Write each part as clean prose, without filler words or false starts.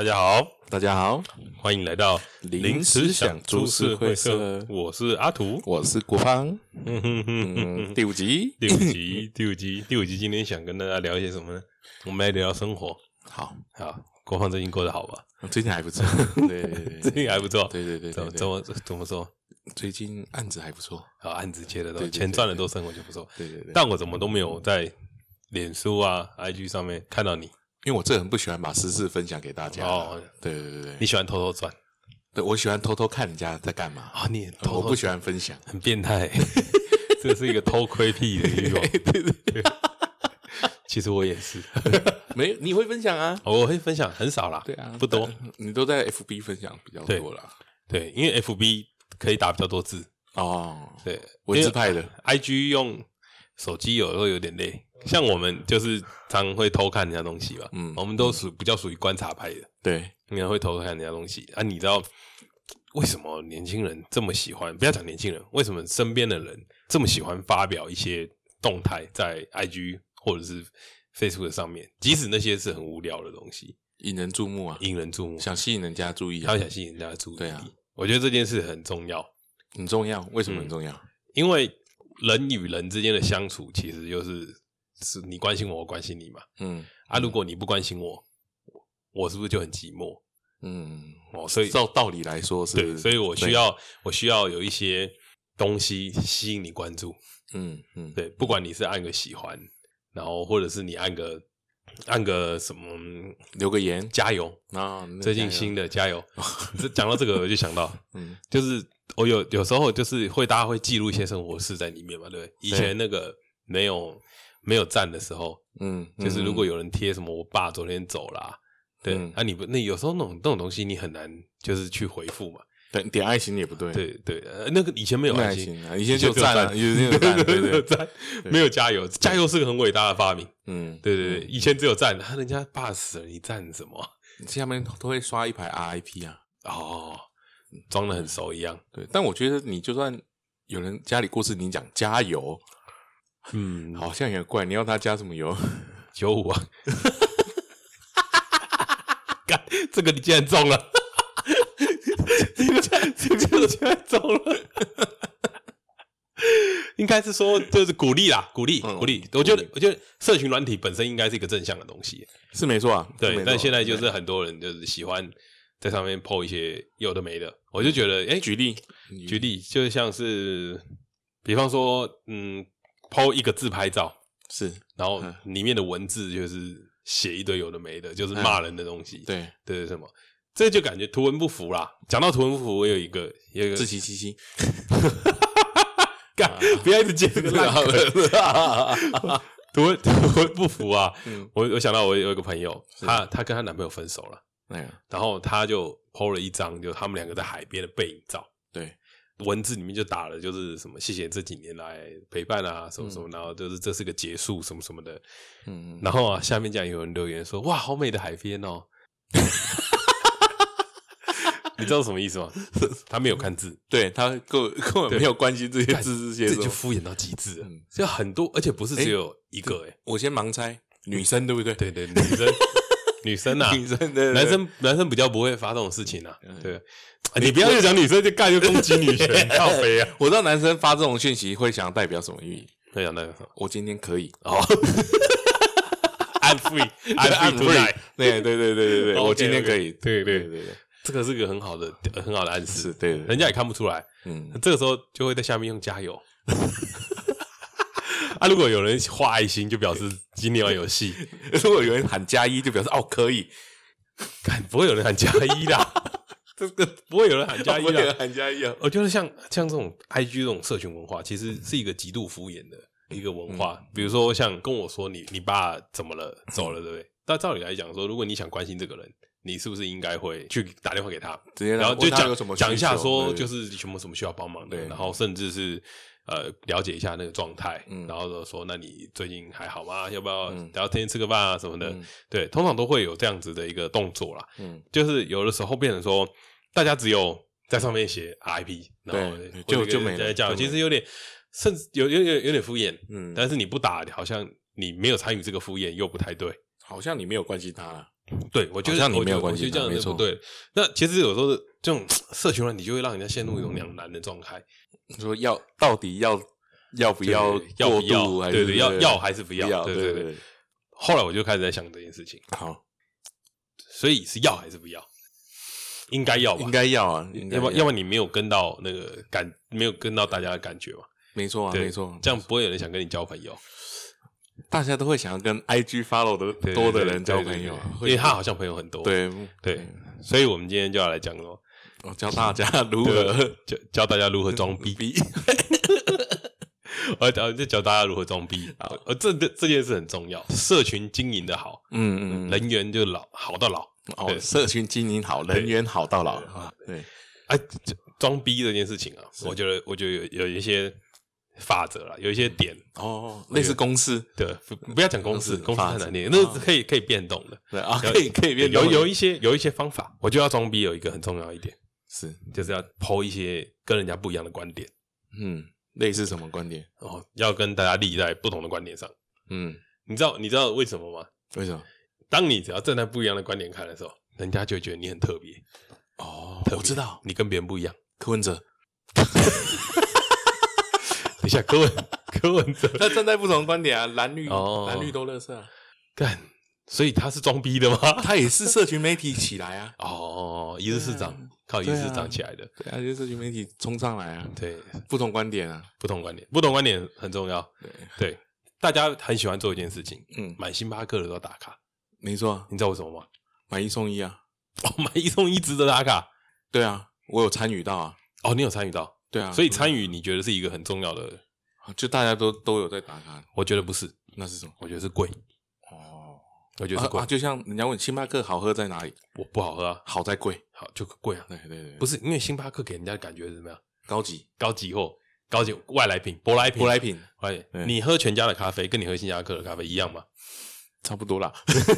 家好， 大家好， 欢迎来到临时想株式会社， 我是阿图， 我是国芳。第五集， 第五集，今天想跟大家聊一些什么呢？我们来聊聊生活。 好， 国芳最近过得好吧？ 最近还不错，对， 最近还不错， 对， 怎么说？ 最近案子还不错， 好，案子接的都钱赚的都生活就不错， 对， 但我怎么都没有在脸书啊、IG 上面看到你。 因为我这人不喜欢把私事分享给大家。哦，对， 你喜欢偷偷赚？ 对，我喜欢偷偷看人家在干嘛。 啊，你偷偷我不喜欢分享， 很变态。这是一个偷窥癖的欲望。对。其实我也是。 没，你会分享啊？ 我会分享，很少啦。 对啊， 不多。 你都在 FB 分享比较多啦。 对，因为 FB 可以打比较多字。 哦， 对， 文字派的。 IG 用手机有时候有点累。像我们就是常会偷看人家东西吧，我们都比较属于观察派的， 对， 应该会偷看人家东西啊。你知道为什么年轻人这么喜欢？不要讲年轻人，为什么身边的人这么喜欢发表一些动态在 IG 或者是 Facebook 上面？即使那些是很无聊的东西， 引人注目啊， 引人注目， 想吸引人家注意啊， 他想吸引人家的注意力。 对啊， 我觉得这件事很重要， 很重要。为什么很重要？ 因为人与人之间的相处，其实是你关心我，我关心你嘛。如果你不关心我，我是不是就很寂寞？所以照道理来说是， 对，所以我需要有一些东西吸引你关注。对，不管你是按个喜欢，然后或者是你按个什么， 留个言， 加油啊！ 最近新的加油。讲到这个，我就想到，就是我有时候就是大家会记录一些生活事在里面嘛，对不对？以前那个没有赞的时候，就是如果有人贴什么我爸昨天走啦，对，那有时候那种东西你很难就是去回复嘛， 点爱心也不对， 对，那个以前没有爱心啊，以前就赞了，有赞，对， 赞，没有加油，加油是个很伟大的发明，对，以前只有赞，人家爸死了，你赞什么？ 下面都会刷一排 RIP 啊， 装得很熟一样， 对，但我觉得你就算有人家里过世，你讲加油。好像也怪，你要他加什么油 ？95啊！干，这个你竟然中了！这个竟然中了！应该是说，就是鼓励啦，鼓励。我觉得社群软体本身应该是一个正向的东西， 是没错啊。 对，但现在就是很多人就是喜欢在上面 po 一些有的没的，我就觉得，举例，就像是，比方说，po 一个自拍照是， 然后里面的文字就是写一堆有的没的，就是骂人的东西。对，什么？这就感觉图文不符啦。讲到图文不符，我有一个自欺欺欺， 干，不要一直接这个烂梗。图文不符啊！我想到我有一个朋友，她跟她男朋友分手了，然后她就 po 了一张，就他们两个在海边的背影照。 对。 文字里面就打了，就是什么谢谢这几年来陪伴啊，什么什么，然后就是这是个结束什么什么的，然后下面这样有人留言说，哇，好美的海边哦，你知道什么意思吗？他没有看字， 对，他根本没有关心这些字这些， 这就敷衍到极致了，就很多，而且不是只有一个， 我先盲猜，女生对不对？ 对，女生啊，男生比较不会发这种事情啊，对。你不要又讲女生就攻击女权，靠北啊！ 我知道男生发这种讯息会想要代表什么意义？ 会想代表什么？ 我今天可以 ，I'm free tonight。 对，我今天可以。 对，这个是个很好的暗示， 对， 人家也看不出来。这个时候就会在下面用加油。如果有人画爱心，就表示今天玩游戏； 如果有人喊加一，就表示可以。 不会有人喊加一啦。这个不会有人喊加一啊！ 我觉得像这种 IG 这种社群文化，其实是一个极度敷衍的一个文化。比如说像跟我说你爸怎么了走了，对不对？但照理来讲说，如果你想关心这个人，你是不是应该会去打电话给他，然后就讲一下说就是什么需要帮忙的，然后甚至是了解一下那个状态，然后说那你最近还好吗？要不要聊天吃个饭啊什么的？对，通常都会有这样子的一个动作啦。就是有的时候变成说，大家只有在上面写 RIP， 然后就没了。 其实有点甚至有点敷衍，但是你不打，好像你没有参与这个敷衍，又不太对。 好像你没有关心他啦。 对，我觉得好像你没有关系， 我觉得这样是不对。那其实有时候这种社群软体就会让人家陷入一种两难的状态。 说到底要不要过度，还是对要还是不要？ 对。 后来我就开始在想这件事情。 好， 所以是要还是不要？应该要吧？ 应该要啊， 要不然你没有跟到那个没有跟到大家的感觉嘛？ 没错啊，没错， 这样不会有人想跟你交朋友。 大家都会想要跟 IG follow 的多的人交朋友， 因为他好像朋友很多。对，所以我们今天就要来讲说， 教大家如何教大家如何装逼。我就教大家如何装逼。这件事很重要，社群经营的好，人缘就好到老。 社群经营好，人缘好到老。对， 装逼这件事情啊，我觉得有一些法则啦，有一些点类似公式。 对，不要讲公式太难念，那是可以变动的。 对啊，可以变动。 有一些方法，我觉得要装逼有一个很重要一点，就是要抛一些跟人家不一样的观点。 类似什么观点？ 要跟大家立在不同的观点上。你知道为什么吗？ 为什么？ 当你只要站在不一样的观点看的时候，人家就会觉得你很特别。 我知道， 你跟别人不一样。 柯文哲， 等一下，柯文哲， 他站在不同的观点啊，蓝绿都垃圾啊。 干，所以他是装逼的吗？ 他也是社群媒体起来啊。 一日市长靠一日市长起来的。 对啊，就是社群媒体冲上来啊。 对， 不同观点啊， 不同观点很重要。对，大家很喜欢做一件事情，买星巴克的时候打卡。 没错， 你知道为什么吗？ 买1送1啊！ 买1送1值得打卡。 对啊，我有参与到啊。 你有参与到？ 对啊， 所以参与你觉得是一个很重要的？ 就大家都有在打卡。 我觉得不是， 那是什么？ 我觉得是贵。我觉得是贵。 就像人家问星巴克好喝在哪里？ 我不好喝啊， 好在贵， 好就贵啊。 对， 不是因为星巴克给人家的感觉是怎么样？ 高级外来品，舶来品。你喝全家的咖啡跟你喝星巴克的咖啡一样吗？ 差不多啦。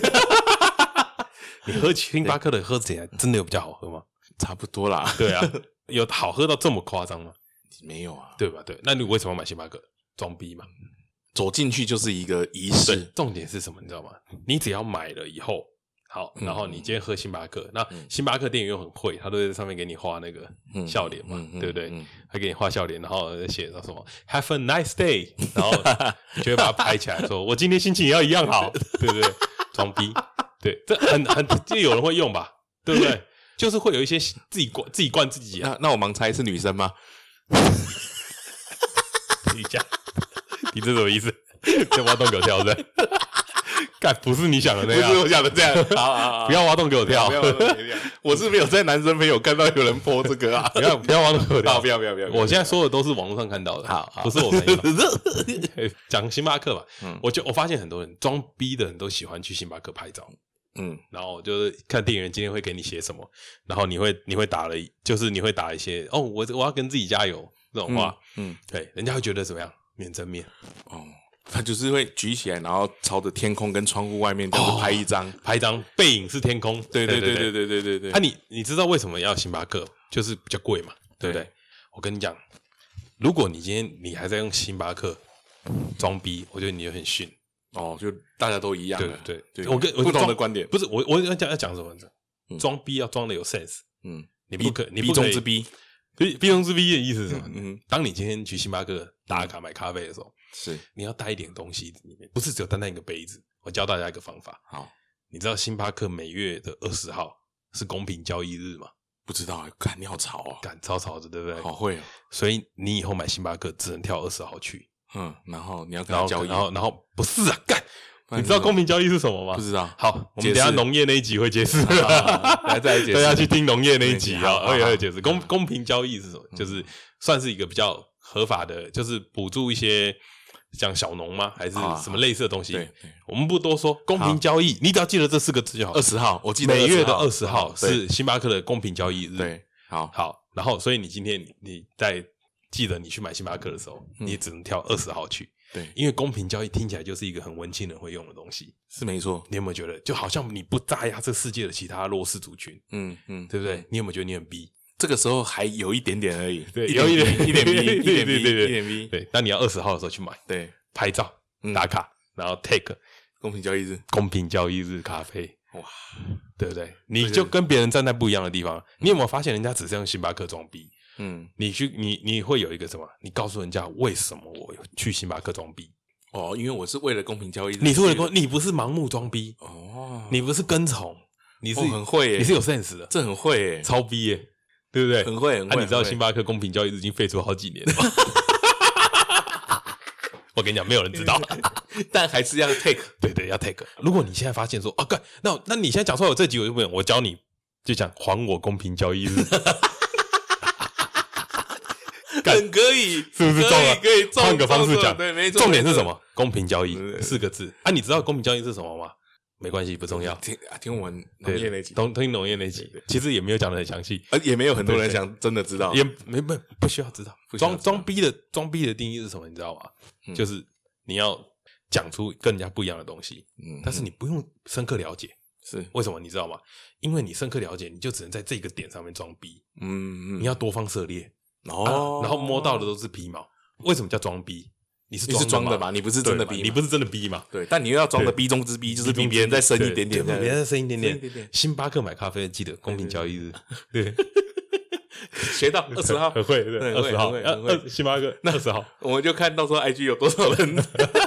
你喝星巴克的喝起来真的有比较好喝吗？ 差不多啦。 对啊，有好喝到这么夸张吗？ 没有啊， 对吧？对，那你为什么要买星巴克？装逼嘛。 走进去就是一个仪式。 重点是什么？你知道吗？你只要买了以后，好，然后你今天喝星巴克，那星巴克店员又很会，他都在上面给你画那个笑脸嘛，对不对？他给你画笑脸，然后写上什么 "Have a nice day"， 然后就会把它拍起来，说我今天心情也要一样好，对不对？装逼，对，这就有人会用吧，对不对？就是会有一些自己灌自己啊。 那我盲猜是女生吗？ 你讲，你这什么意思？在挖洞给我跳的？干，不是你想的那样， 不是我想的这样。好， 不要挖洞给我跳， 不要挖洞给我跳。我是没有在男生朋友看到有人po这个啊， 不要挖洞给我跳， 不要。 我现在说的都是网络上看到的， 好， 不是我朋友。讲星巴克吧，我发现很多人装逼的人都喜欢去星巴克拍照。然后就是看店员今天会给你写什么，然后你会打一些我要跟自己加油这种话，对，人家会觉得怎么样？免正面他就是会举起来，然后朝着天空跟窗户外面这样子拍一张， 背影是天空。对。你知道为什么要星巴克？就是比较贵嘛，对不对？我跟你讲，如果你今天你还在用星巴克装逼，我觉得你就很逊。 就大家都一样的。对， 我不同的观点。 不是我要讲什么？装逼要装的有 sense。你不可以逼中之逼。 逼中之逼的意思是什么？当你今天去星巴克打卡买咖啡的时候， 是你要带一点东西里面，不是只有单单一个杯子。我教大家一个方法。 好， 你知道星巴克每月的20号是公平交易日吗？ 不知道。干，你好潮啊！ 干，超潮的，对不对？ 好会哦。 所以你以后买星巴克只能挑20号去。 然后你要跟他交易， 然后不是啊，干。你知道公平交易是什么吗？ 不知道。 好，我们等一下农业那一集会解释，再解释。大家去听农业那一集啊，会解释公平交易是什么？就是算是一个比较合法的，就是补助一些像小农吗？还是什么类似的东西？对，我们不多说。公平交易，你只要记得这4个字就好。 20号，我记得每月的20号是星巴克的公平交易日。 对， 好，然后所以你今天你在记得你去买星巴克的时候，你只能挑20号去。 对， 因为公平交易听起来就是一个很文青人会用的东西， 是没错。 你有没有觉得，就好像你不扎压这世界的其他弱势族群，对不对？你有没有觉得你很逼？ 这个时候还有一点点而已， 对，有一点逼， 一点逼。 对，那你要20号的时候去买， 对， 拍照打卡，然后 take 公平交易日， 公平交易日咖啡， 哇， 对不对？你就跟别人站在不一样的地方。你有没有发现人家只是用星巴克装逼？你会有一个什么？你告诉人家为什么我去星巴克装逼？ 因为我是为了公平交易。 你是为了你不是盲目装逼你不是跟从，你是很会耶， 你是有 sense 的， 这很会耶， 超逼耶，对不对？ 很会。 你知道星巴克公平交易日已经废除好几年了吗？我跟你讲，没有人知道， 但还是要 take。 对，要 take。如果你现在发现说干，那你现在讲出来我这集我就不用，我教你就讲还我公平交易日。 很可以， 是不是中了？ 可以换个方式讲， 对，没错。 重点是什么？公平交易4个字你知道公平交易是什么吗？没关系，不重要。 听我们农业那集， 听农业那集，其实也没有讲得很详细， 也没有很多人想真的知道， 也不需要知道。装逼的定义是什么？你知道吗？就是你要讲出跟人家不一样的东西，但是你不用深刻了解。 是为什么？你知道吗？因为你深刻了解，你就只能在这个点上面装逼。你要多方涉猎。然后摸到的都是皮毛。为什么叫装逼？你是装的吧？你不是真的逼， 你不是真的逼嘛？ 对，但你又要装的逼中之逼，就是比别人再深一点点， 比别人再深一点点。星巴克买咖啡记得公平交易日，对， 学到20号， 很会，20号，星巴克20号， 我们就看到时候 IG 有多少人。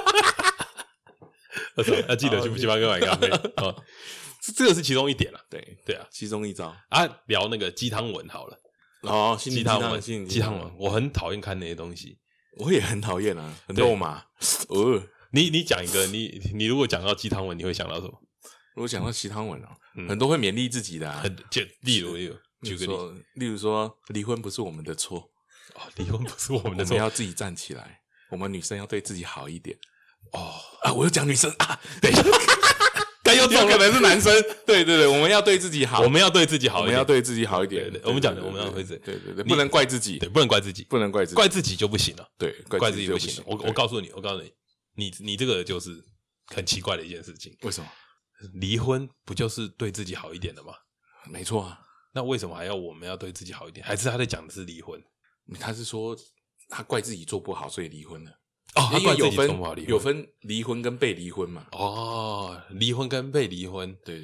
20号要记得去星巴克买咖啡啊，这个是其中一点啦。对啊， 其中一招聊那个鸡汤文好了。鸡汤文，我很讨厌看那些东西， 我也很讨厌啊，很肉麻。 你讲一个，你如果讲到鸡汤文，你会想到什么？ 如果讲到鸡汤文很多会勉励自己的例如举个例如说，离婚不是我们的错离婚不是我们的错， 我们要自己站起来，我们女生要对自己好一点。我又讲女生等一下。有可能是男生，对，我们要对自己好， 我们要对自己好， 我们要对自己好一点。 我们讲的，我们要对对，不能怪自己， 不能怪自己，怪自己就不行了， 对， 怪自己就不行了。我告诉你，你这个就是很奇怪的一件事情。 为什么？ 离婚不就是对自己好一点的吗？ 没错啊， 那为什么还要我们要对自己好一点？还是他在讲的是离婚？ 他是说他怪自己做不好，所以离婚了。 他怪自己做不好， 有分离婚跟被离婚嘛？ 离婚跟被离婚， 对。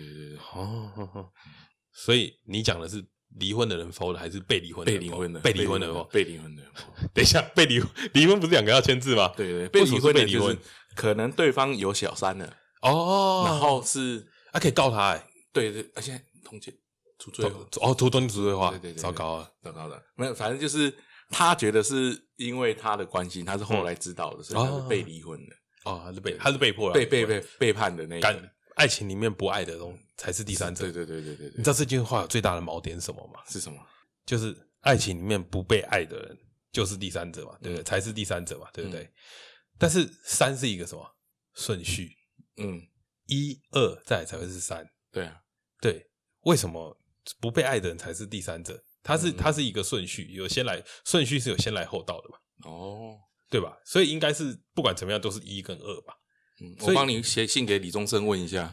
所以你讲的是离婚的人 fault 还是被离婚的人 fault？ 被离婚的 fault， 被离婚的。 等一下，离婚不是2个要签字吗？ 对，被离婚的就是可能对方有小三了然后是可以告他对，而且通奸除罪除罪化， 对， 糟糕了， 没有，反正就是他觉得是因为他的关系，他是后来知道的，所以他是被离婚的他是被迫背叛的那个。 爱情里面不爱的东才是第三者。 对。 你知道这句话有最大的锚点是什么吗？ 是什么？ 就是爱情里面不被爱的人就是第三者嘛，对不对？才是第三者嘛，对不对？但是3是一个什么顺序？1、2再来才会是3。 对啊， 对，为什么不被爱的人才是第三者？它是一个顺序，顺序是有先来后到的嘛？对吧？所以应该是不管怎么样都是1跟2吧。 我帮你写信给李宗盛问一下。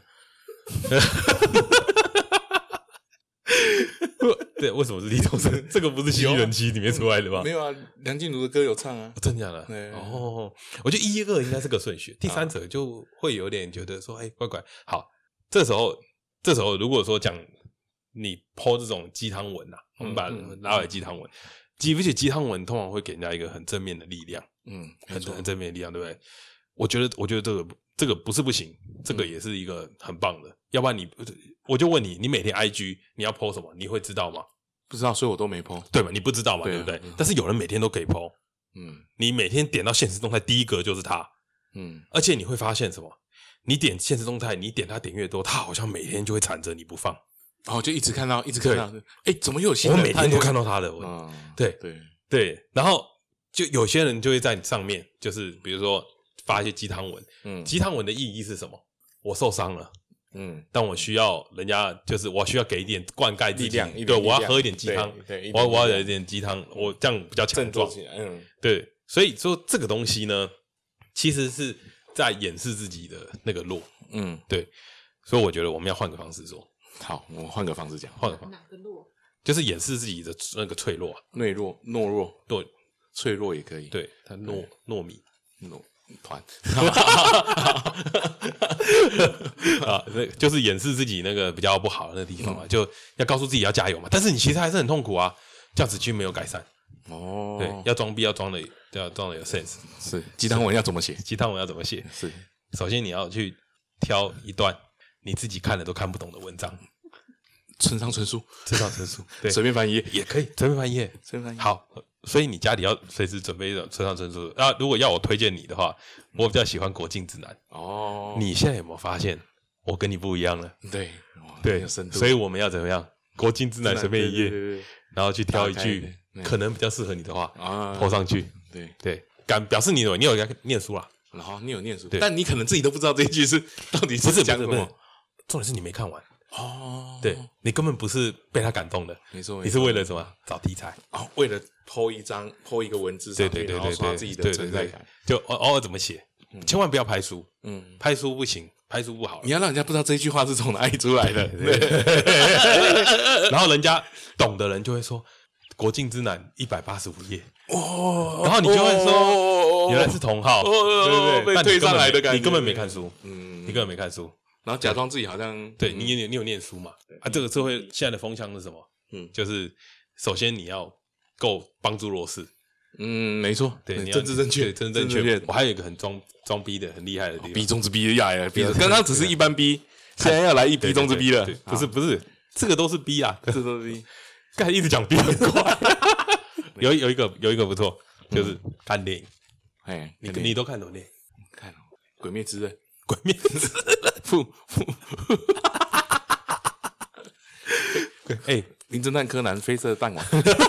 对，为什么是李宗盛？这个不是《犀利人妻》里面出来的吗？ 没有啊，梁静茹的歌有唱啊。 真假的？我觉得1、2应该是个顺序，第三者就会有点觉得说，乖乖。好，这时候如果说讲你 po 这种鸡汤文我们把它拉回鸡汤文，而且鸡汤文通常会给人家一个很正面的力量，很正面的力量，对不对？我觉得这个不是不行，这个也是一个很棒的。要不然我就问你，你每天 IG 你要 po 什么？你会知道吗？ 不知道，所以我都没 po， 对吧？你不知道嘛，对不对？但是有人每天都可以 po，你每天点到限时动态第一格就是他，而且你会发现什么？你点限时动态，你点他点越多，他好像每天就会缠着你不放， 就一直看到，怎么又有新的？ 我每天都看到他的，对，然后就有些人就会在上面，就是比如说发一些鸡汤文，鸡汤文的意义是什么？我受伤了，但我需要人家，就是我需要给一点灌溉力量，对，我要喝一点鸡汤，我要有一点鸡汤，我这样比较强壮，对，所以说这个东西呢，其实是在掩饰自己的那个弱，对，所以我觉得我们要换个方式说， 好，我换个方式讲， 哪个弱？ 就是掩饰自己的那个脆弱， 懦弱，脆弱也可以， 对，他糯米。 团啊，那就是掩饰自己那个比较不好的那个地方嘛，就要告诉自己要加油嘛。但是你其实还是很痛苦啊，这样子其实没有改善。 哦， 对，要装逼要装的有 sense。 是鸡汤文要怎么写？ 鸡汤文要怎么写？ 是， 首先你要去挑一段你自己看了都看不懂的文章。 村上春树， 对， 随便翻一页也可以，随便翻一页。好，所以你家里要随时准备一种村上春树啊。如果要我推荐你的话，我比较喜欢国境之南。 哦， 你现在有没有发现我跟你不一样了？ 对， 有深度。所以我们要怎么样？国境之南随便一页，然后去挑一句可能比较适合你的话抛上去。对，敢表示你有念书啦， 然后你有念书，但你可能自己都不知道这一句是到底是讲什么。 重点是你没看完。 哦， 对，你根本不是被他感动的， 没错， 你是为了什么？找题材哦，为了po一个文字上去，然后刷自己的存在感， 就偶尔怎么写，千万不要拍书，拍书不行，拍书不好， 你要让人家不知道这句话是从哪里出来的， 然后人家懂的人就会说国境之南185页，然后你就会说原来是同号，对不对？ 被推上来的感觉， 你根本没看书，你根本没看书。 然后假装自己好像对你有念书嘛？啊，这个社会现在的风向是什么？就是首先你要够帮助弱势。 没错， 对，你要政治正确， 政治正确。我还有一个很装逼的很厉害的地方， 逼中之逼呀，刚刚只是一般逼，现在要来一逼中之逼了。 不是，这个都是逼啊， 这都是逼。 刚才一直讲逼很快。有一个不错，就是看电影。 哎， 你都看什么电影？ 看《鬼灭之刃》。 鬼灭之刃， 哎，名侦探柯南绯色弹丸。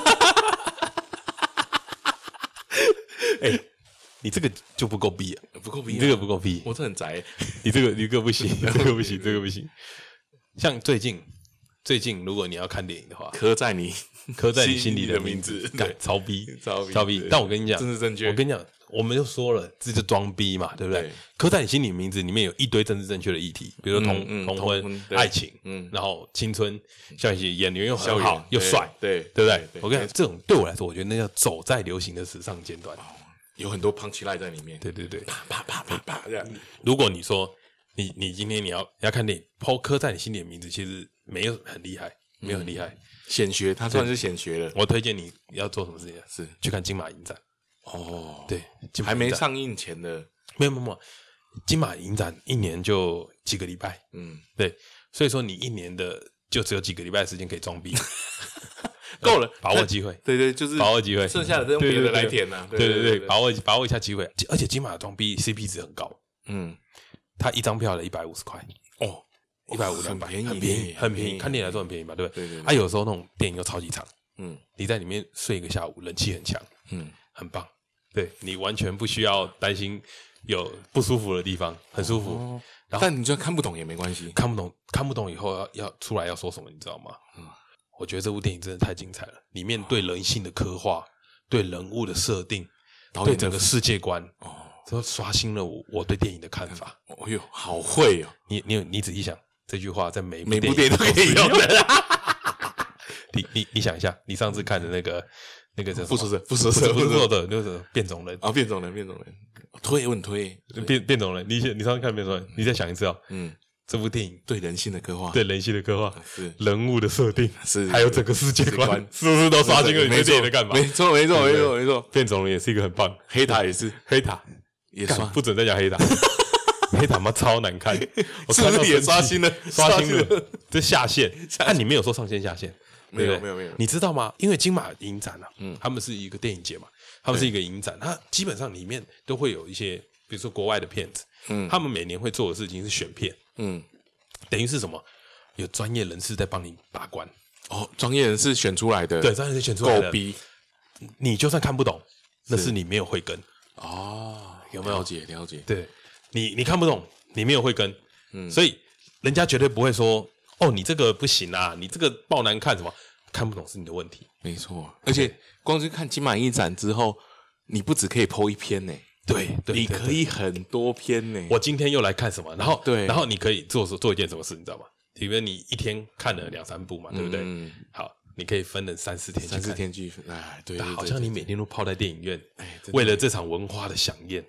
哎，你这个就不够逼啊， 不够逼， 你这个不够逼， 我这很宅， 你这个不行，这个不行。像最近，如果你要看电影的话，刻在你心里的名字，超逼。但我跟你讲， 政治正确。 我跟你讲，我们就说了，这就装逼嘛，对不对？刻在你心里的名字里面有一堆政治正确的议题，比如说同婚、爱情，然后青春，像一些演员又很好又帅，对不对？我跟你讲，这种对我来说，我觉得那叫走在流行的时尚尖端， 有很多 punch line 在里面。 对， 啪这样。 如果你说你今天你要看电影，刻在你心里的名字，其实没有很厉害， 显学，他算是显学了。 我推荐你要做什么事情？ 是去看金马影展。 哦， 对， 还没上映前的， 没有，金马影展一年就几个礼拜，对，所以说你一年的就只有几个礼拜的时间可以装逼， 够了， 把握机会， 对，就是把握机会， 剩下的都用别的来填呐， 对，把握一下机会，而且金马的装逼 CP 值很高，他一张票的150块， 哦 ，150、200，很便宜，看电影来说很便宜吧，对不对？ 对， 有时候那种电影又超级长，你在里面睡一个下午，冷气很强，很棒，对，你完全不需要担心有不舒服的地方，很舒服。 但你就看不懂也没关系， 看不懂以后要出来要说什么，你知道吗？我觉得这部电影真的太精彩了，里面对人性的刻画，对人物的设定，对整个世界观，都刷新了我对电影的看法。 哦哟，好会哦！ 你仔细想，这句话在每部电影都可以用的。 你想一下，你上次看的那个叫复仇者， 那个变种人啊，变种人，推， 变种人，你上次看变种人，你再想一次哦。这部电影对人性的刻画， 是人物的设定， 是还有整个世界观，是不是都刷新了你对电影的看法？ 没错。 变种人也是一个很棒， 黑塔也是， 黑塔也刷， 不准再讲黑塔，黑塔妈超难看， 我看到也刷新了， 这下线，但你没有说上线下线。 没有， 你知道吗？因为金马影展啊，他们是一个电影节嘛，他们是一个影展，它基本上里面都会有一些，比如说国外的片子，他们每年会做的事情是选片，等于是什么？有专业人士在帮你把关。 哦，专业人士选出来的， 对，专业人士选出来的。 够逼， 你就算看不懂，那是你没有慧根。 哦， 有没有了解？ 对，你看不懂，你没有慧根，所以人家绝对不会说。哦，你这个不行啊！你这个爆难看，什么看不懂是你的问题。 没错，而且光是看金马影展之后，你不只可以 po 一篇呢， 对， 你可以很多篇呢。 我今天又来看什么？然后你可以做一件什么事，你知道吗？比如你一天看了2-3部嘛，对不对？好，你可以分成3-4天去看 ，3-4天去。哎，对， 好像你每天都泡在电影院，为了这场文化的飨宴。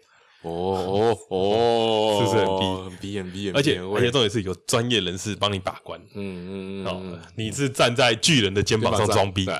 是不是很逼很逼？ 而且重点是有专业人士帮你把关。你是站在巨人的肩膀上装逼，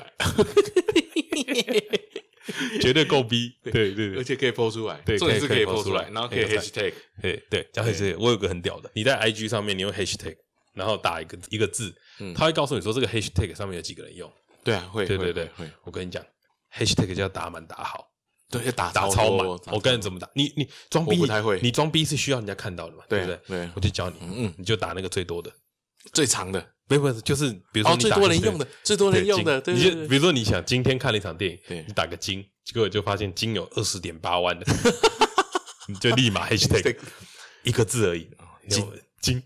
绝对够逼。对， 而且可以 po 出来， 对， 重点是可以 po 出来， 然后可以 hashtag， 对，加 hashtag。我有个很屌的，你在 IG 上面你用 hashtag， 然后打一个字，他会告诉你说这个 hashtag 上面有几个人用。 对啊，会。 我跟你讲 ，hashtag 就要打满打好。 对，要打超满。我跟你怎么打？你装逼， 不太会。 你装逼是需要人家看到的嘛？对不对？ 对， 我就教你，你就打那个最多的、 最长的。 不是，就是比如说你最多人用的，最多人用的。对， 比如说你想今天看了一场电影，你打个金，结果就发现金有20.8万的，你就立马 hashtag 一个字而已，金。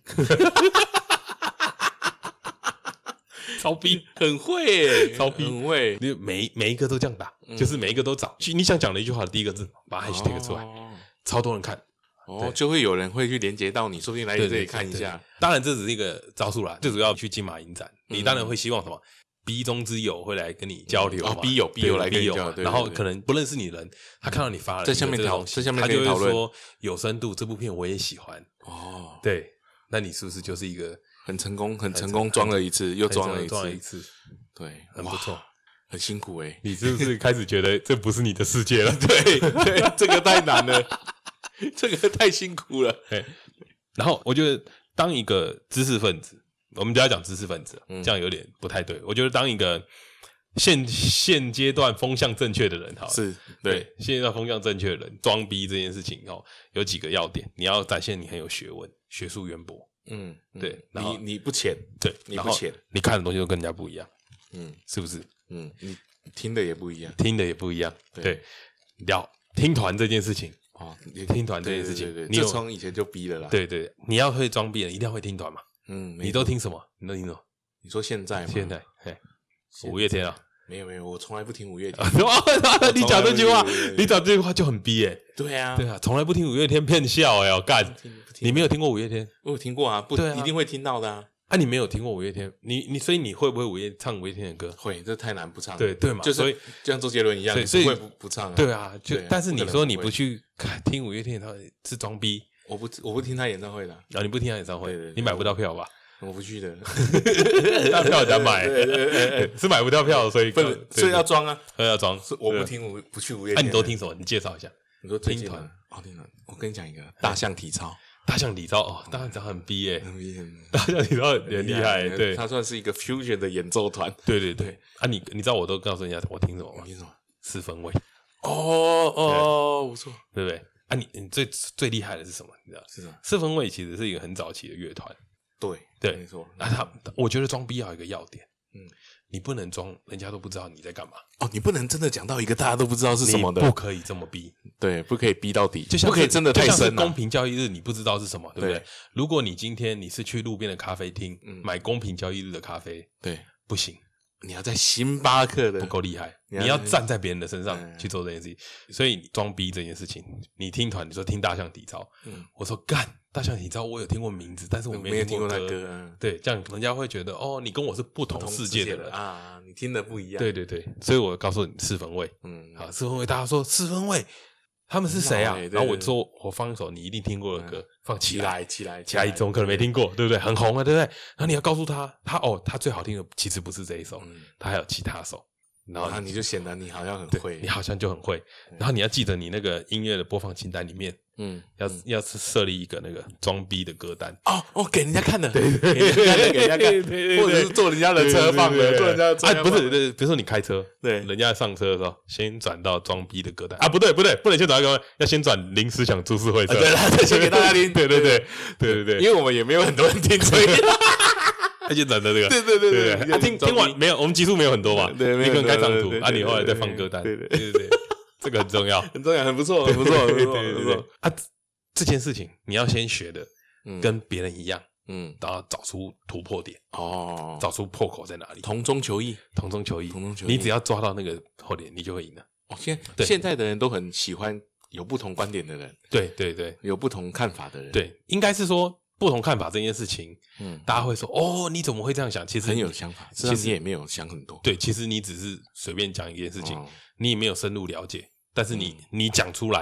超逼， 很会耶， 超逼， 很会。 你每一个都这样打，就是每一个都找你想讲的一句话的第一个字，把 hashtag 出来，超多人看。 就会有人会去连接到你，说不定来你这里看一下。 当然，这只是一个招数啦，最主要去金马影展，你当然会希望什么？B 中之友会来跟你交流嘛 ，B 友来跟你交流， 然后可能不认识你的人，他看到你发了在下面他就会说有深度，这部片我也喜欢。对，那你是不是就是一个很成功装了一次，又装了一次， 对， 很不错， 很辛苦欸。 你是不是开始觉得这不是你的世界了？ 对，这个太难了。这个太辛苦了。 然后我觉得当一个知识分子，我们就要讲知识分子，这样有点不太对。我觉得当一个现阶段风向正确的人，好了， 是对现阶段风向正确的人，装逼这件事情有几个要点，你要展现你很有学问，学术渊博。对， 你不浅，对，你不浅， 你看的东西都跟人家不一样。是不是？ 你听的也不一样， 对，听团这件事情。听团这件事情， 你从以前就逼了啦。 对，你要会装逼的，一定要会听团嘛。你都听什么？ 你说现在吗？ 现在，五月天啊？ 没有，我从来不听五月天。 你讲这句话就很逼欸。 对啊， 从来不听五月天骗笑欸，我干！你没有听过五月天？ 我有听过啊，一定会听到的啊。 你没有听过五月天，所以你会不会唱五月天的歌？ 会，这太难不唱。 对嘛， 所以就像周杰伦一样，所以不唱啊。 对啊，但是你说你不去听五月天演唱会是装逼。 我不听他演唱会的。 你不听他演唱会，你买不到票吧？ 我不去的， 那票人家买，是买不到票，所以要装啊， 要装。 我不听，不去五月天。 你都听什么？你介绍一下。 你说听团？听团。我跟你讲一个大象体操。 大象体操大象体操很逼耶，大象体操很厉害，对， 他算是一个 fusion 的演奏团。 对你知道我都告诉人家我听什么吗？ 听什么？ 四分位。 不错， 对不对？你最厉害的是什么？你知道？ 是什么？ 四分位其实是一个很早期的乐团。 对，没错。 我觉得装逼要有一个要点，你不能装，人家都不知道你在干嘛。 你不能真的讲到一个大家都不知道是什么的， 不可以这么逼。 对，不可以逼到底， 就像不可以真的太深。 就像是公平交易日，你不知道是什么，对不对？如果你今天你是去路边的咖啡厅买公平交易日的咖啡， 对， 不行， 你要在星巴克的不够厉害，你要站在别人的身上去做这件事情。所以装逼这件事情，你听团，你说听大象体操，我说干大象体操，我有听过名字，但是我没有听过歌。对，这样人家会觉得你跟我是不同世界的人啊，你听的不一样。 对，所以我告诉你四分位，好，四分位，大家说四分位他们是谁啊？然后我说我放一首你一定听过的歌，放起来，怎么可能没听过？对不对？很红啊，对不对？然后你要告诉他最好听的其实不是这一首，他还有其他首。然后你就显得你好像很会， 你好像就很会。然后你要记得你那个音乐的播放清单里面，要设立一个那个装逼的歌单给人家看的，对，给人家看，或者是坐人家的车放的，坐人家的车不是，比如说你开车，对，人家上车的时候先转到装逼的歌单不对，不能先转到歌单，要先转临时想株式会社， 对，先给大家听， 对， 因为我们也没有很多人听，所以。 他就转的这个， 对， 听完没有？我们集数没有很多嘛， 对， 你可能开长途你后来再放歌单，对，这个很重要， 很不错， 对。这件事情你要先学的跟别人一样，然后找出突破点，找出破口在哪里， 同中求异， 你只要抓到那个破点，你就会赢了。 现在的人都很喜欢有不同观点的人， 对， 有不同看法的人， 对，应该是说。不同看法这件事情，大家会说你怎么会这样想？其实很有想法，其实你也没有想很多。 对，其实你只是随便讲一件事情，你也没有深入了解，但是你讲出来了，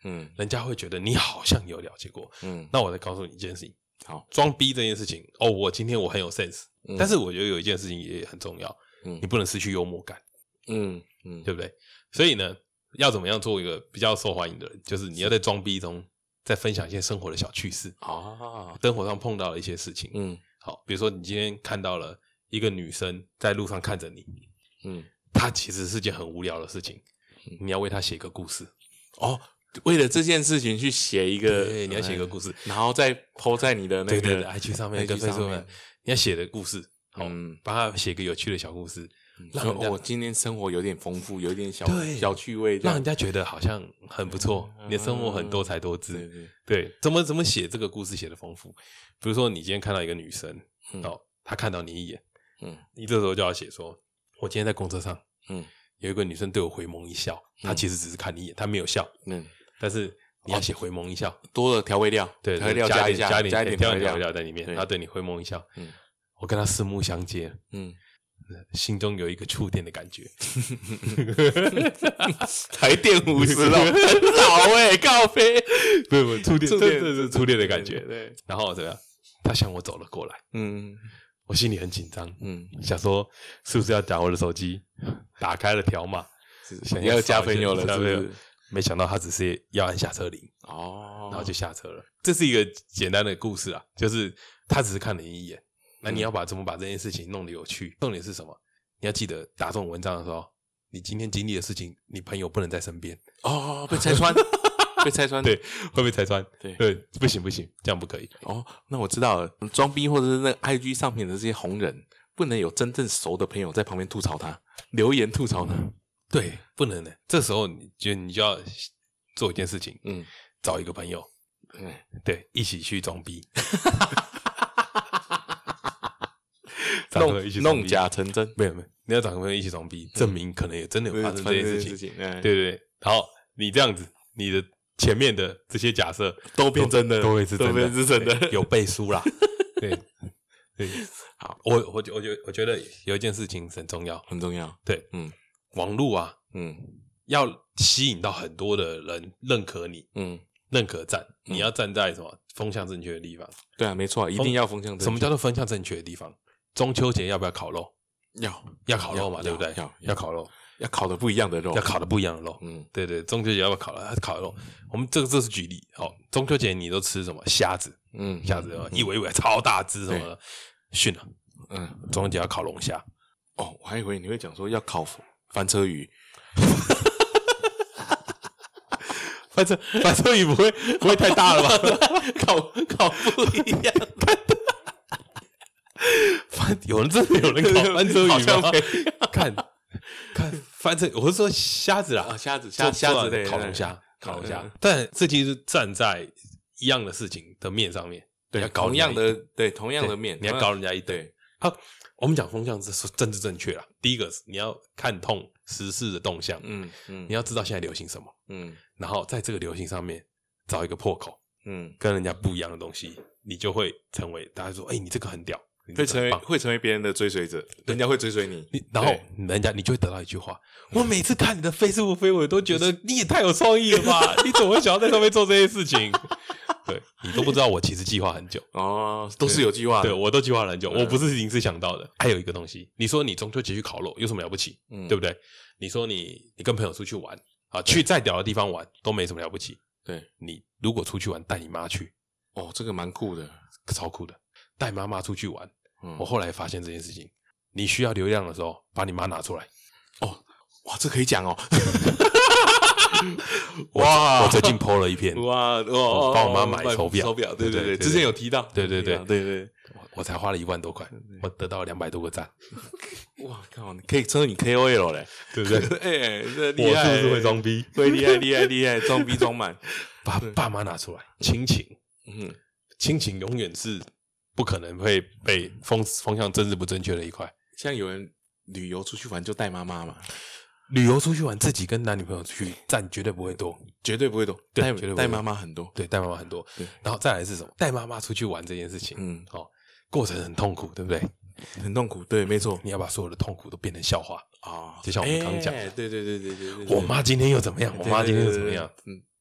人家会觉得你好像有了解过。那我再告诉你一件事情， 好， 装逼这件事情，今天我很有 sense，但是我觉得有一件事情也很重要，你不能失去幽默感，对不对？所以呢，要怎么样做一个比较受欢迎的人，就是你要在装逼中再分享一些生活的小趣事生活上碰到的一些事情。好，比如说你今天看到了一个女生在路上看着你，她其实是件很无聊的事情，你要为她写个故事。 为了这件事情去写一个， 对，你要写一个故事， 然后再 po 在你的那个 IG 上面跟 Facebook 上面，你要写的故事，帮她写个有趣的小故事，让我今天生活有点丰富，有点小趣味， 让人家觉得好像很不错，你的生活很多彩多姿。对，怎么写这个故事写的丰富？比如说你今天看到一个女生，她看到你一眼，你这时候就要写说，我今天在公车上，有一个女生对我回眸一笑，她其实只是看你一眼，她没有笑，但是你要写回眸一笑， 多了调味料， 对， 调味料加一点调味料在里面，她对你回眸一笑，我跟她四目相接，心中有一个触电的感觉， 台电50了，很老告飞， 不触电，这是触电的感觉。对，然后怎么样？他向我走了过来，我心里很紧张，想说是不是要打我的手机，打开了条码， 想要加朋友了，是不是？ 没想到他只是要按下车铃，然后就下车了。这是一个简单的故事啊，就是他只是看了你一眼，那你要怎么把这件事情弄得有趣？重点是什么？你要记得打这种文章的时候，你今天经历的事情，你朋友不能在身边被拆穿。被拆穿， 对，会被拆穿， 对， 不行，这样不可以。 那我知道了，装逼或者是那个 IG 上面的这些红人，不能有真正熟的朋友在旁边吐槽他，留言吐槽他， 对，不能的。这时候你就要做一件事情，找一个朋友，对，一起去装逼， 弄假成真， 没有，你要找个朋友一起装逼，证明可能也真的有发生这件事情，对。然后你这样子，你的前面的这些假设都变真的， 都会是真的，有背书啦。对，好，我觉得有一件事情很重要，对，网络啊，要吸引到很多的人认可你，认可站，你要站在什么风向正确的地方？ 对啊，没错，一定要风向正确。 什么叫做风向正确的地方？中秋节要不要烤肉？要烤肉嘛，对不对？要烤肉。 要烤的不一样的肉， 对，中秋节要不要烤肉？我们这是举例，中秋节你都吃什么？虾子，虾子一尾尾超大只什么的，训了，中秋节要烤龙虾。 我还以为你会讲说要烤翻车鱼， 翻车鱼不会太大了吧？ 烤不一样。 有人真的有人烤翻车鱼吗？看翻车，我是说虾子啦， 虾子类烤龙虾，但这其实是站在一样的事情的面上面， 对，同样的面， 你要搞人家一堆。好，我们讲风向是政治正确啦。第一个是你要看透时事的动向，你要知道现在流行什么，然后在这个流行上面找一个破口，跟人家不一样的东西，你就会成为大家说，你这个很屌。 会成为别人的追随者，人家会追随你， 然后你就会得到一句话：我每次看你的 Facebook 飞我都觉得你也太有创意了吧？你怎么会想要在上面做这些事情？对，你都不知道我其实计划很久都是有计划的， 对，我都计划了很久，我不是临时想到的。还有一个东西，你说你中秋节去烤肉有什么了不起？对不对？你说你跟朋友出去玩去再屌的地方玩都没什么了不起。 对， 你如果出去玩带你妈去， 这个蛮酷的， 超酷的。带妈妈出去玩，我后来发现这件事情，你需要流量的时候，把你妈拿出来。 哇，这可以讲哦。 我最近 po 了一篇，帮我妈买手表， 对，之前有提到， 对，我才花了1万多块，我得到了200多个赞。 哇靠，你可以称你 KOL 嘞，对不对？这厉害， 我是不是会装逼？ 会厉害，装逼装满， 把爸妈拿出来，亲情永远是不可能会被风向政治不正确的一块。 像有人旅游出去玩就带妈妈嘛， 旅游出去玩自己跟男女朋友出去占绝对不会多， 带妈妈很多， 对，带妈妈很多。然后再来是什么？带妈妈出去玩这件事情，过程很痛苦，对不对？ 很痛苦，对，没错。 你要把所有的痛苦都变成笑话就像我们刚刚讲的， 对， 我妈今天又怎么样？我妈今天又怎么样？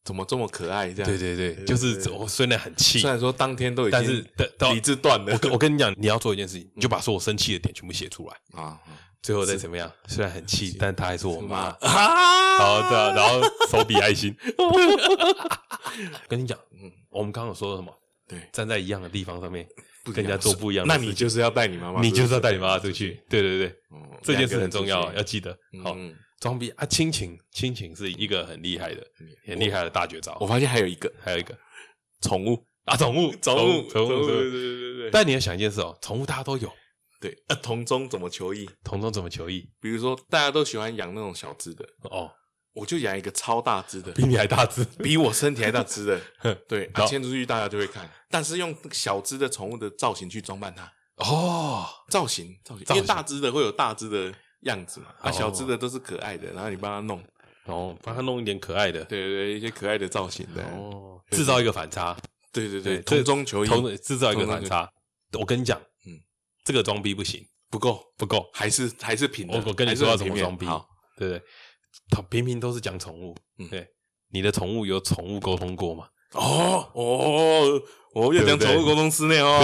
怎么这么可爱这样？ 对对对，就是我虽然很气， 虽然说当天都已但是经理智断了， 我跟你讲，你要做一件事情，你就把所有生气的点全部写出来啊， 最后再怎么样？虽然很气，但她还是我妈。 好的，然后手比爱心。跟你讲，我们刚刚有说什么？ 对， 站在一样的地方上面，跟人家做不一样的那事情， 你就是要带你妈妈， 你就是要带你妈妈出去。对对对，这件事很重要， 两个人出去要记得。好，装逼啊，亲情是一个很厉害的大绝招。 我发现还有一个宠物啊，宠物， 对。 但你要想一件事哦，宠物大家都有。 对，同中怎么求异？ 比如说大家都喜欢养那种小只的哦，我就养一个超大只的， 比你还大只， 比我身体还大只的。对，牵出去大家就会看，但是用小只的宠物的造型去装扮它。哦，造型，因为大只的会有大只的样子嘛，小只的都是可爱的，然后你帮他弄， 帮他弄一点可爱的， 对，一些可爱的造型的， 制造一个反差。 对，同中求异， 制造一个反差。我跟你讲，这个装逼不行， 不够，还是平的。 我跟你说要怎么装逼， 好， 对不对？平平都是讲宠物，对，你的宠物有宠物沟通过吗？ 要讲宠物沟通师呢哦。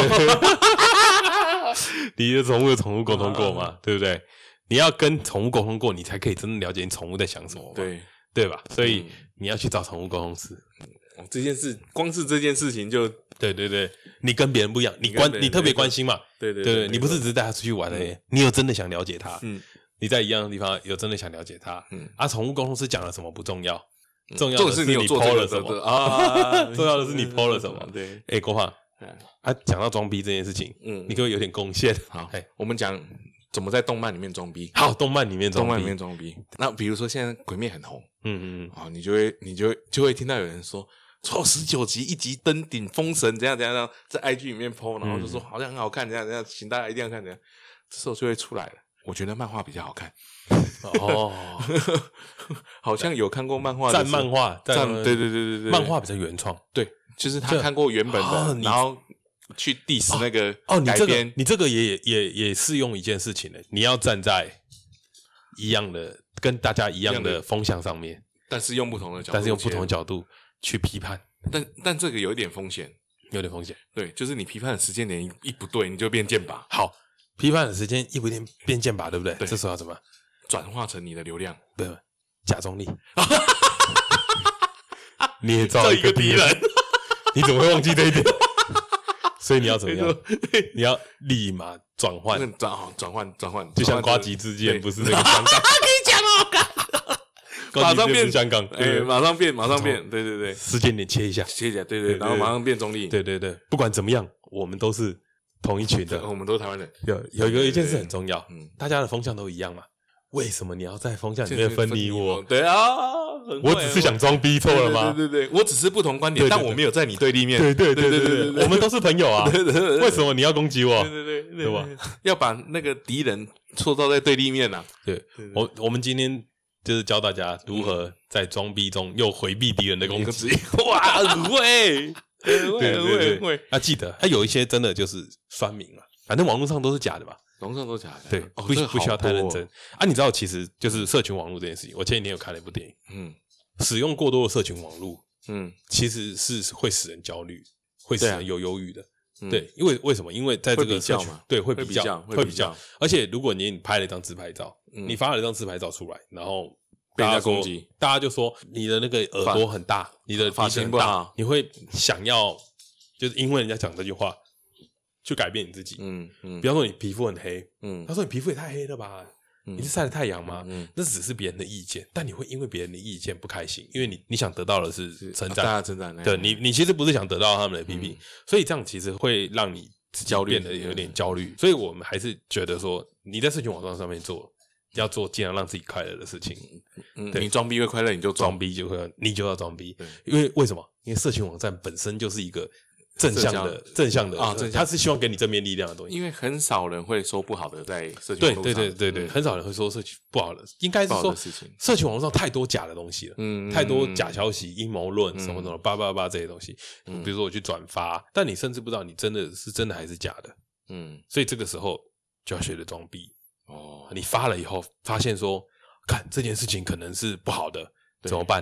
你的宠物有宠物沟通过吗？对不对？你要跟宠物沟通过，你才可以真的了解你宠物在想什么，对吧？所以你要去找宠物沟通师。 这件事，光是这件事情就对，你跟别人不一样，你特别关心嘛，对，你不是只是带他出去玩而已，你有真的想了解他，你在一样的地方有真的想了解他，宠物沟通师讲了什么不重要，重要的是你 po 了什么啊，重要的是你 po 了什么，对，国华，讲到装逼这件事情，你可不可以有点贡献？ 好，我们讲怎么在动漫里面装逼。 好，动漫里面装逼。那比如说现在鬼灭很红，你就会听到有人说19集一集登顶封神，怎样，在 IG 里面 po， 然后就说好像很好看，怎样，请大家一定要看，怎样，这时候就会出来了。我觉得漫画比较好看。好像有看过漫画的， 赞漫画， 对， 漫画比较原创， 对，就是他看过原本的，然后去 diss 那个改编。 你这个也适用一件事情呢，你要站在一样的跟大家一样的风向上面， 但是用不同的角度去批判， 但这个有一点风险，对，就是你批判的时间点一不对，你就变剑拔。 好，批判的时间一不对变剑拔，对不对？这时候要怎么转化成你的流量？ 对，假中立，捏造一个敌人，你怎么会忘记这一点？所以你要怎么样？你要立马转换，就像呱吉之间不是那个香港， 可以讲哦。马上变香港， 马上变，对， 时间点切一下， 对，然后马上变中立， 对，不管怎么样，我们都是同一群的， 我们都是台湾人。 有一件事很重要，大家的风向都一样嘛，为什么你要在风向里面分你我？ 对啊， 我只是想装逼，错了吗？ 对，我只是不同观点，但我没有在你对立面。 对，我们都是朋友啊，为什么你要攻击我？ 对吧？要把那个敌人塑造在对立面啊。 对，我们今天就是教大家如何在装逼中又回避敌人的攻击。 哇，很会， 对。记得，有一些真的就是酸民了，反正网络上都是假的嘛。 网上都假的， 对，不需要太认真你知道，其实就是社群网络这件事情。我前几天有看了一部电影，使用过多的社群网络，其实是会使人焦虑，会使人有忧郁的。对，因为为什么？因为在这个社群，对，会比较，而且如果你拍了一张自拍照，你发了一张自拍照出来，然后被人家攻击， 大家就说你的那个耳朵很大，你的发型不好， 你会想要就是因为人家讲这句话去改变你自己。比方说你皮肤很黑，他说你皮肤也太黑了吧，你是晒了太阳吗？那只是别人的意见，但你会因为别人的意见不开心，因为你想得到的是称赞， 大家称赞。 对，你其实不是想得到他们的批评，所以这样其实会让你焦虑，变得有点焦虑。所以我们还是觉得说，你在社群网站上面要做尽量让自己快乐的事情。 你装逼会快乐，你就装逼你就要装逼，因为为什么？因为社群网站本身就是一个正向的他是希望给你正面力量的东西。 因为很少人会说不好的在社群网络上， 对，很少人会说社群不好的，应该是说社群网络上太多假的东西了，太多假消息、阴谋论什么叭这些东西。比如说我去转发，但你甚至不知道你真的还是假的。所以这个时候就要学着装逼。你发了以后发现说，看这件事情可能是不好的，怎么办？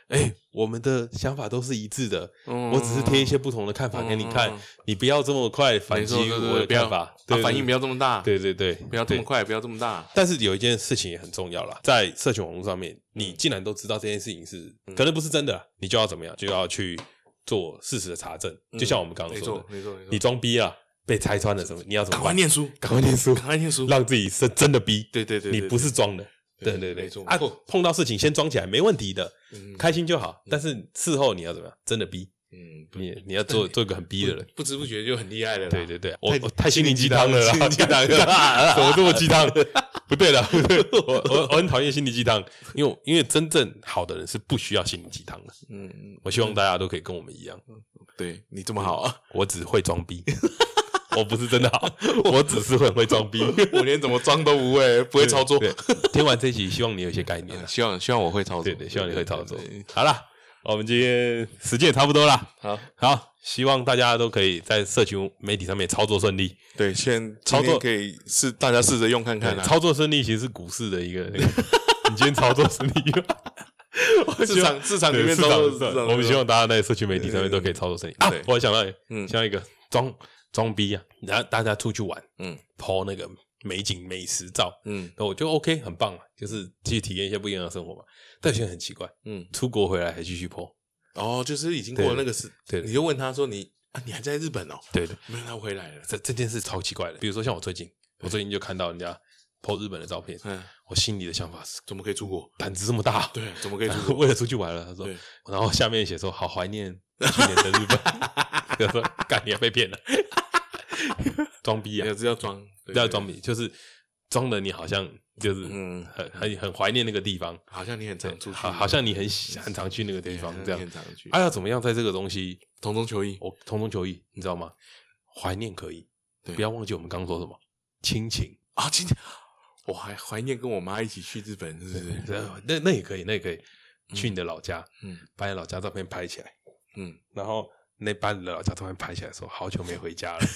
我们的想法都是一致的，我只是贴一些不同的看法给你看，你不要这么快反击我的看法， 反应不要这么大， 对对对， 不要这么快，不要这么大。 但是有一件事情也很重要啦，在社群网络上面，你既然都知道这件事情是可能不是真的啦，你就要怎么样，就要去做事实的查证，就像我们刚刚说的， 没错， 你装逼啊，被拆穿了什么，你要怎么办？ 赶快念书， 赶快念书， 赶快念书， 让自己是真的逼。 对， 你不是装的。对， 没错啊，碰到事情先装起来没问题的，开心就好。但是事后你要怎么样？真的逼。你要做一个很逼的人， 不知不觉就很厉害了。 对，我太心灵鸡汤了啦， 心灵鸡汤， 怎么这么鸡汤？不对了，我很讨厌心灵鸡汤，因为真正好的人是不需要心灵鸡汤的。我希望大家都可以跟我们一样。 对你这么好啊， 我只会装逼。我不是真的好，我只是很会装逼， 我连怎么装都不会，不会操作。 听完这一集，希望你有一些概念， 希望我会操作。 对，希望你会操作。好啦，我们今天时间也差不多啦。好，希望大家都可以在社群媒体上面操作顺利。 对，先操作可以大家试着用看看。 操作顺利其实是股市的一个你今天操作顺利。 市场里面操作， 我们希望大家在社群媒体上面都可以操作顺利啊！我还想到，像一个装逼啊，然后大家出去玩，po 那个美景美食照，那我就 OK 很棒啊，就是去体验一些不一样的生活嘛。但现在很奇怪，出国回来还继续 po， 就是已经过了那个时， 对， 你就问他说你还在日本哦？ 对， 没有，他回来了。 这件事超奇怪的。比如说像我最近就看到人家 po 日本的照片，我心里的想法是， 怎么可以出国？ 胆子这么大？ 对，怎么可以出国？ 为了出去玩了，他说，然后下面写说好怀念去年的日本，他说干你要被骗了。装逼啊， 要装， 要装逼，就是装的你好像就是很怀念那个地方， 好像你很常出去， 好像你很常去那个地方这样。要怎么样在这个东西同中求异？ 同中求异，你知道吗？怀念可以，不要忘记我们刚刚说什么亲情啊，亲情。我还怀念跟我妈一起去日本，是不是？那也可以，去你的老家，把你老家照片拍起来，然后。把你的老家照片拍起来说好久没回家了。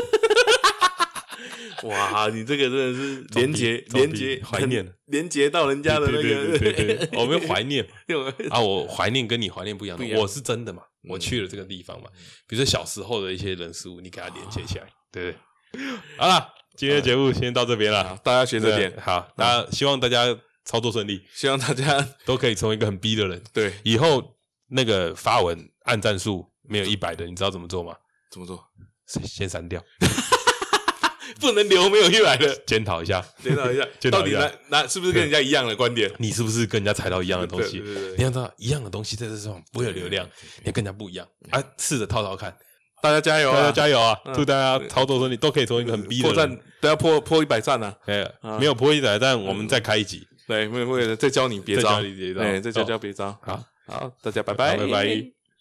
哇，你这个真的是连接怀念， 连接到人家的那个， 对，我们怀念啊，我怀念跟你怀念不一样的，我是真的嘛，我去了这个地方嘛，比如说小时候的一些人事物，你给它连接起来，对不对？好了，今天的节目先到这边了， 大家学着点， 好，希望大家操作顺利， 希望大家都可以成为一个很逼的人， 对， 以后那个发文按赞数没有100的，你知道怎么做吗？ 怎么做？ 先删掉， 不能留没有100的， 检讨一下， 到底是不是跟人家一样的观点？ 你是不是跟人家踩到一样的东西？你要知道，一样的东西在这上不会有流量，你跟人家不一样啊，试着套看， 大家加油啊！ 加油啊！祝大家操作顺利，都可以成为一个很逼的人， 都要破100赞啊！ 没有破100赞，我们再开一集， 对，没有再教你别招， 再教别招， 再教别招。 好， 大家拜拜， 拜拜。